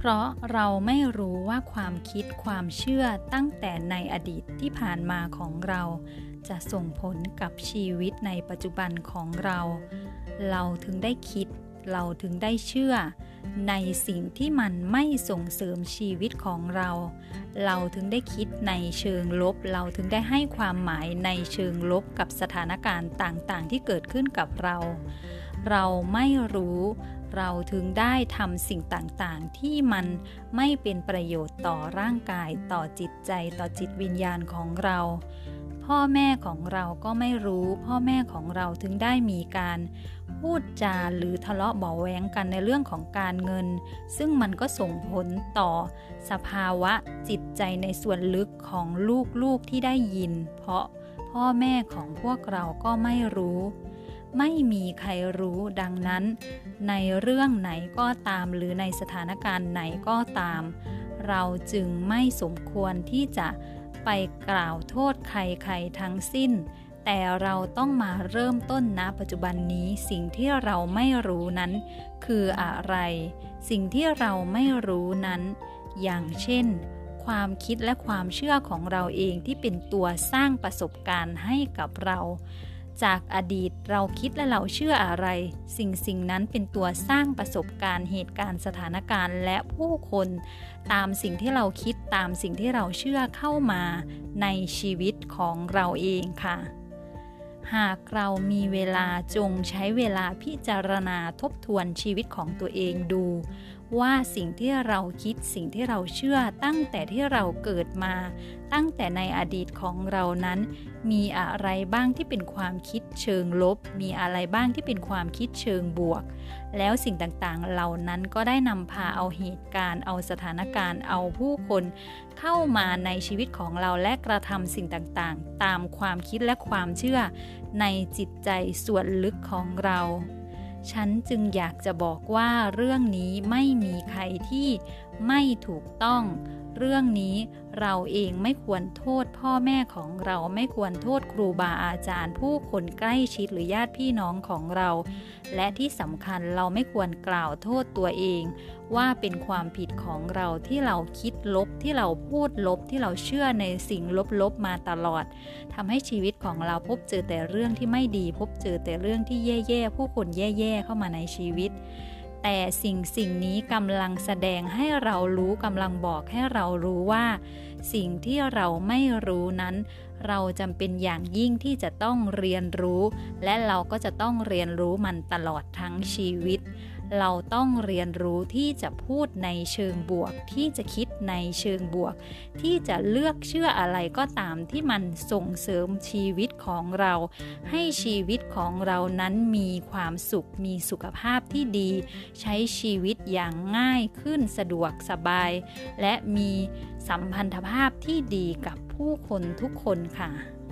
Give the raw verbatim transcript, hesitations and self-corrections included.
ราะเราไม่รู้ว่าความคิดความเชื่อตั้งแต่ในอดีตที่ผ่านมาของเราจะส่งผลกับชีวิตในปัจจุบันของเราเราถึงได้คิดเราถึงได้เชื่อในสิ่งที่มันไม่ส่งเสริมชีวิตของเราเราถึงได้คิดในเชิงลบเราถึงได้ให้ความหมายในเชิงลบกับสถานการณ์ต่างๆที่เกิดขึ้นกับเราเราไม่รู้เราถึงได้ทำสิ่งต่างๆที่มันไม่เป็นประโยชน์ต่อร่างกายต่อจิตใจต่อจิตวิญญาณของเราพ่อแม่ของเราก็ไม่รู้พ่อแม่ของเราถึงได้มีการพูดจาหรือทะเลาะเบาะแว้งกันในเรื่องของการเงินซึ่งมันก็ส่งผลต่อสภาวะจิตใจในส่วนลึกของลูกๆที่ได้ยินเพราะพ่อแม่ของพวกเราก็ไม่รู้ไม่มีใครรู้ดังนั้นในเรื่องไหนก็ตามหรือในสถานการณ์ไหนก็ตามเราจึงไม่สมควรที่จะไปกล่าวโทษใครๆทั้งสิ้นแต่เราต้องมาเริ่มต้นณปัจจุบันนี้สิ่งที่เราไม่รู้นั้นคืออะไรสิ่งที่เราไม่รู้นั้นอย่างเช่นความคิดและความเชื่อของเราเองที่เป็นตัวสร้างประสบการณ์ให้กับเราจากอดีตเราคิดและเราเชื่ออะไรสิ่งสิ่งนั้นเป็นตัวสร้างประสบการณ์เหตุการณ์สถานการณ์และผู้คนตามสิ่งที่เราคิดตามสิ่งที่เราเชื่อเข้ามาในชีวิตของเราเองค่ะหากเรามีเวลาจงใช้เวลาพิจารณาทบทวนชีวิตของตัวเองดูว่าสิ่งที่เราคิดสิ่งที่เราเชื่อตั้งแต่ที่เราเกิดมาตั้งแต่ในอดีตของเรานั้นมีอะไรบ้างที่เป็นความคิดเชิงลบมีอะไรบ้างที่เป็นความคิดเชิงบวกแล้วสิ่งต่างๆเหล่านั้นก็ได้นำพาเอาเหตุการณ์เอาสถานการณ์เอาผู้คนเข้ามาในชีวิตของเราและกระทำสิ่งต่างๆตามความคิดและความเชื่อในจิตใจส่วนลึกของเราฉันจึงอยากจะบอกว่าเรื่องนี้ไม่มีใครที่ไม่ถูกต้องเรื่องนี้เราเองไม่ควรโทษพ่อแม่ของเราไม่ควรโทษครูบาอาจารย์ผู้คนใกล้ชิดหรือญาติพี่น้องของเราและที่สำคัญเราไม่ควรกล่าวโทษตัวเองว่าเป็นความผิดของเราที่เราคิดลบที่เราพูดลบที่เราเชื่อในสิ่งลบๆมาตลอดทำให้ชีวิตของเราพบเจอแต่เรื่องที่ไม่ดีพบเจอแต่เรื่องที่แย่ๆผู้คนแย่ๆเข้ามาในชีวิตแต่สิ่งสิ่งนี้กำลังแสดงให้เรารู้กำลังบอกให้เรารู้ว่าสิ่งที่เราไม่รู้นั้นเราจำเป็นอย่างยิ่งที่จะต้องเรียนรู้และเราก็จะต้องเรียนรู้มันตลอดทั้งชีวิตเราต้องเรียนรู้ที่จะพูดในเชิงบวกที่จะคิดในเชิงบวกที่จะเลือกเชื่ออะไรก็ตามที่มันส่งเสริมชีวิตของเราให้ชีวิตของเรานั้นมีความสุขมีสุขภาพที่ดีใช้ชีวิตอย่างง่ายขึ้นสะดวกสบายและมีสัมพันธภาพที่ดีกับผู้คนทุกคนค่ะ